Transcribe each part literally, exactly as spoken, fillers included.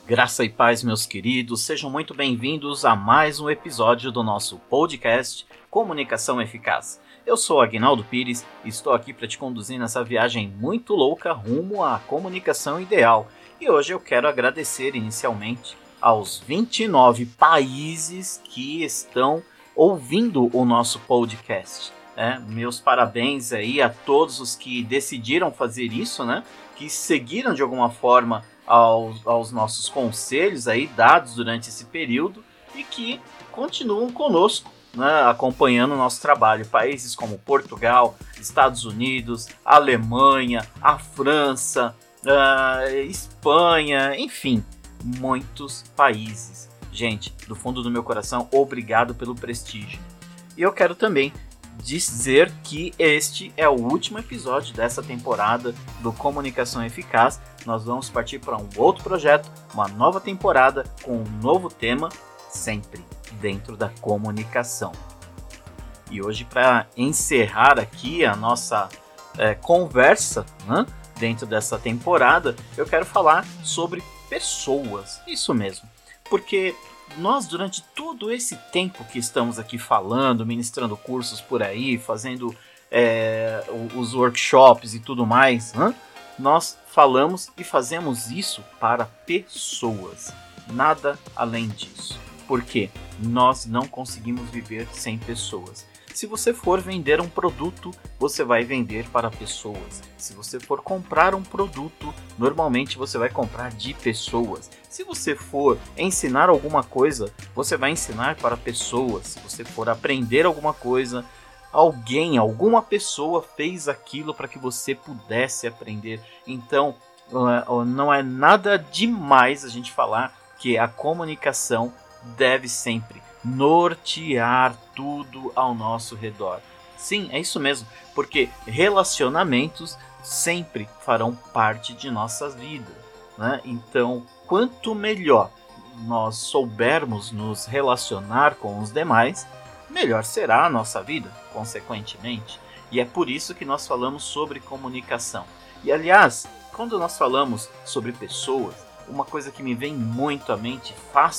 Graça e paz, meus queridos, sejam muito bem-vindos a mais um episódio do nosso podcast Comunicação Eficaz. Eu sou Aguinaldo Pires e estou aqui para te conduzir nessa viagem muito louca rumo à comunicação ideal. E hoje eu quero agradecer inicialmente aos vinte e nove países que estão ouvindo o nosso podcast. É, meus parabéns aí a todos os que decidiram fazer isso, né? Que seguiram de alguma forma aos, aos nossos conselhos aí dados durante esse período e que continuam conosco, né, acompanhando o nosso trabalho. Países como Portugal, Estados Unidos, Alemanha, a França, uh, Espanha, enfim, muitos países. Gente, do fundo do meu coração, obrigado pelo prestígio. E eu quero também dizer que este é o último episódio dessa temporada do Comunicação Eficaz. Nós vamos partir para um outro projeto, uma nova temporada com um novo tema, sempre dentro da comunicação. E hoje, para encerrar aqui a nossa é, conversa, né, dentro dessa temporada, eu quero falar sobre pessoas. Isso mesmo, porque nós, durante todo esse tempo que estamos aqui falando, ministrando cursos por aí, fazendo é, os workshops e tudo mais, né? Nós falamos e fazemos isso para pessoas, nada além disso, porque nós não conseguimos viver sem pessoas. Se você for vender um produto, você vai vender para pessoas. Se você for comprar um produto, normalmente você vai comprar de pessoas. Se você for ensinar alguma coisa, você vai ensinar para pessoas. Se você for aprender alguma coisa, alguém, alguma pessoa fez aquilo para que você pudesse aprender. Então, não é nada demais a gente falar que a comunicação deve sempre nortear tudo ao nosso redor. Sim, é isso mesmo, porque relacionamentos sempre farão parte de nossas vidas, né? Então, quanto melhor nós soubermos nos relacionar com os demais, melhor será a nossa vida, consequentemente. E é por isso que nós falamos sobre comunicação. E aliás, quando nós falamos sobre pessoas, uma coisa que me vem muito à mente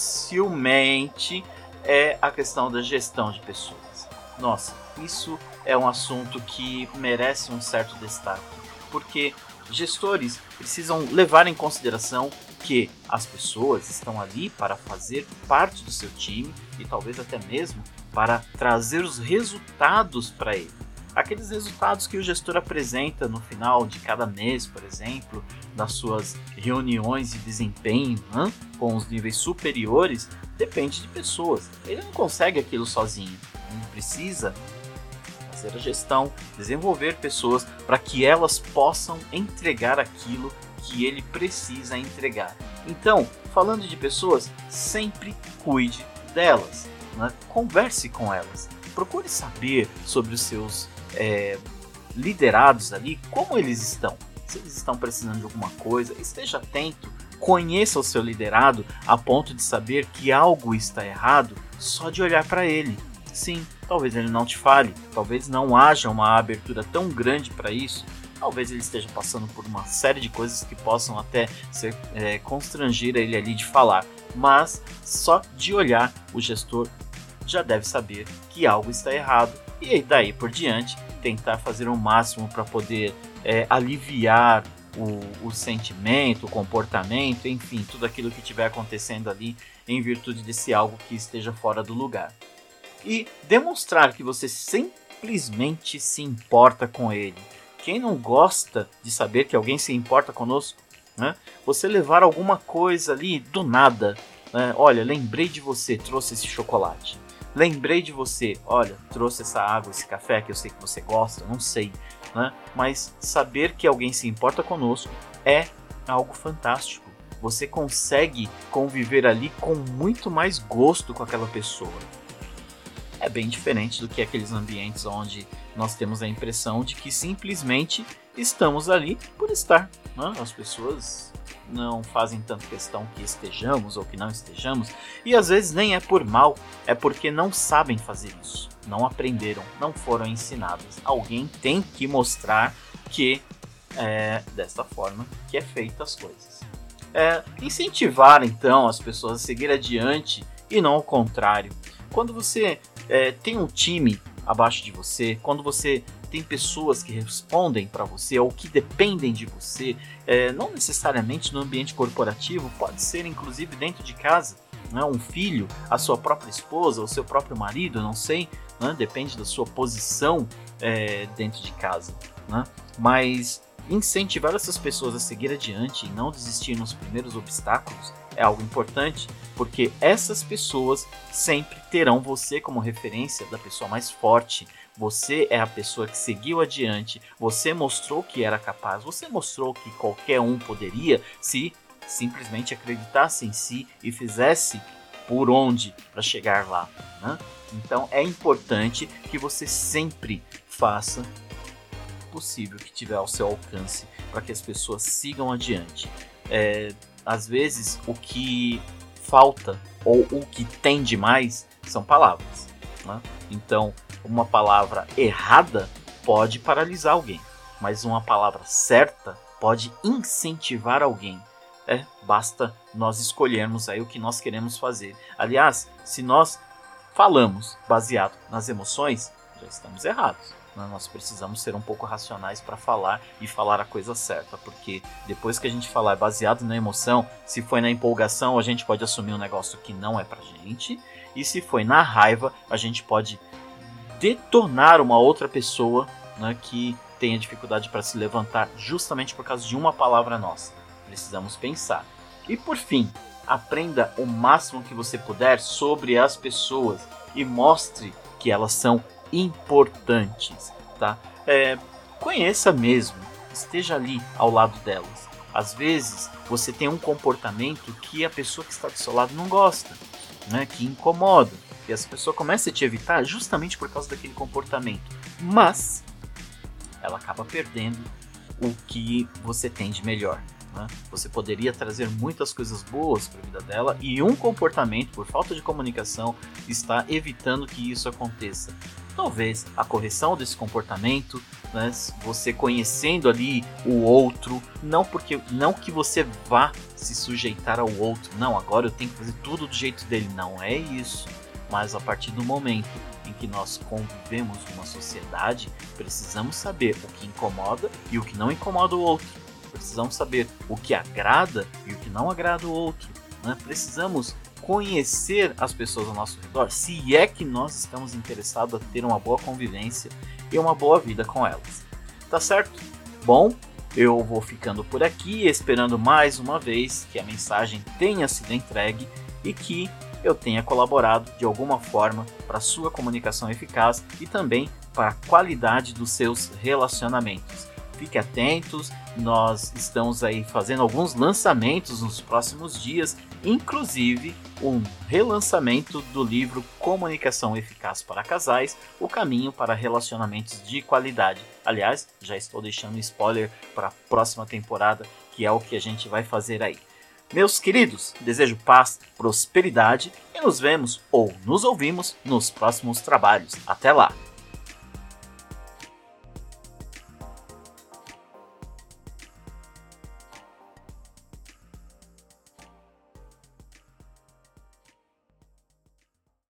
facilmente é a questão da gestão de pessoas. Nossa, isso é um assunto que merece um certo destaque, porque gestores precisam levar em consideração que as pessoas estão ali para fazer parte do seu time e talvez até mesmo para trazer os resultados para ele. Aqueles resultados que o gestor apresenta no final de cada mês, por exemplo, das suas reuniões de desempenho, né, com os níveis superiores, depende de pessoas. Ele não consegue aquilo sozinho. Ele precisa fazer a gestão, desenvolver pessoas para que elas possam entregar aquilo que ele precisa entregar. Então, falando de pessoas, sempre cuide delas, né? Converse com elas. Procure saber sobre os seus é, liderados ali, como eles estão. Se eles estão precisando de alguma coisa, esteja atento. Conheça o seu liderado a ponto de saber que algo está errado só de olhar para ele. Sim, talvez ele não te fale, talvez não haja uma abertura tão grande para isso, talvez ele esteja passando por uma série de coisas que possam até ser, é, constranger ele ali de falar, mas só de olhar o gestor já deve saber que algo está errado e daí por diante tentar fazer o máximo para poder é, aliviar O, o sentimento, o comportamento, enfim, tudo aquilo que estiver acontecendo ali em virtude desse algo que esteja fora do lugar. E demonstrar que você simplesmente se importa com ele. Quem não gosta de saber que alguém se importa conosco? Né? Você levar alguma coisa ali do nada. Né? Olha, lembrei de você, trouxe esse chocolate. Lembrei de você, olha, trouxe essa água, esse café que eu sei que você gosta, não sei. Né? Mas saber que alguém se importa conosco é algo fantástico. Você consegue conviver ali com muito mais gosto com aquela pessoa. É bem diferente do que aqueles ambientes onde nós temos a impressão de que simplesmente estamos ali por estar. Né? As pessoas não fazem tanto questão que estejamos ou que não estejamos, e às vezes nem é por mal, é porque não sabem fazer isso, não aprenderam, não foram ensinados. Alguém tem que mostrar que é desta forma que é feita as coisas. É, incentivar então as pessoas a seguir adiante e não ao contrário. Quando você é, tem um time abaixo de você, quando você tem pessoas que respondem para você ou que dependem de você, é, não necessariamente no ambiente corporativo, pode ser inclusive dentro de casa, né? Um filho, a sua própria esposa, o seu próprio marido, não sei, né? Depende da sua posição é, dentro de casa, né? Mas incentivar essas pessoas a seguir adiante e não desistir nos primeiros obstáculos é algo importante, porque essas pessoas sempre terão você como referência da pessoa mais forte. Você é a pessoa que seguiu adiante, você mostrou que era capaz, você mostrou que qualquer um poderia se simplesmente acreditasse em si e fizesse por onde para chegar lá, né? Então é importante que você sempre faça o possível que tiver ao seu alcance para que as pessoas sigam adiante. É, às vezes o que falta ou o que tem demais são palavras, né? Então uma palavra errada pode paralisar alguém, mas uma palavra certa pode incentivar alguém. É, basta nós escolhermos aí o que nós queremos fazer. Aliás, se nós falamos baseado nas emoções, já estamos errados. Nós precisamos ser um pouco racionais para falar e falar a coisa certa, porque depois que a gente falar baseado na emoção, se foi na empolgação, a gente pode assumir um negócio que não é pra gente, e se foi na raiva, a gente pode detonar uma outra pessoa, né, que tenha dificuldade para se levantar justamente por causa de uma palavra nossa. Precisamos pensar. E por fim, aprenda o máximo que você puder sobre as pessoas e mostre que elas são importantes, tá? É, conheça mesmo, esteja ali ao lado delas. Às vezes você tem um comportamento que a pessoa que está do seu lado não gosta, né? Que incomoda, e essa pessoa começa a te evitar justamente por causa daquele comportamento, mas ela acaba perdendo o que você tem de melhor, né? Você poderia trazer muitas coisas boas para a vida dela e um comportamento, por falta de comunicação, está evitando que isso aconteça. Talvez a correção desse comportamento, né, você conhecendo ali o outro, não porque não que você vá se sujeitar ao outro, não, agora eu tenho que fazer tudo do jeito dele, não é isso. Mas a partir do momento em que nós convivemos numa sociedade, precisamos saber o que incomoda e o que não incomoda o outro. Precisamos saber o que agrada e o que não agrada o outro, né? Precisamos conhecer as pessoas ao nosso redor, se é que nós estamos interessados a ter uma boa convivência e uma boa vida com elas. Tá certo? Bom, eu vou ficando por aqui, esperando mais uma vez que a mensagem tenha sido entregue e que eu tenha colaborado de alguma forma para a sua comunicação eficaz e também para a qualidade dos seus relacionamentos. Fique atentos, nós estamos aí fazendo alguns lançamentos nos próximos dias, inclusive um relançamento do livro Comunicação Eficaz para Casais, o caminho para relacionamentos de qualidade. Aliás, já estou deixando um spoiler para a próxima temporada, que é o que a gente vai fazer aí. Meus queridos, desejo paz, prosperidade e nos vemos ou nos ouvimos nos próximos trabalhos. Até lá!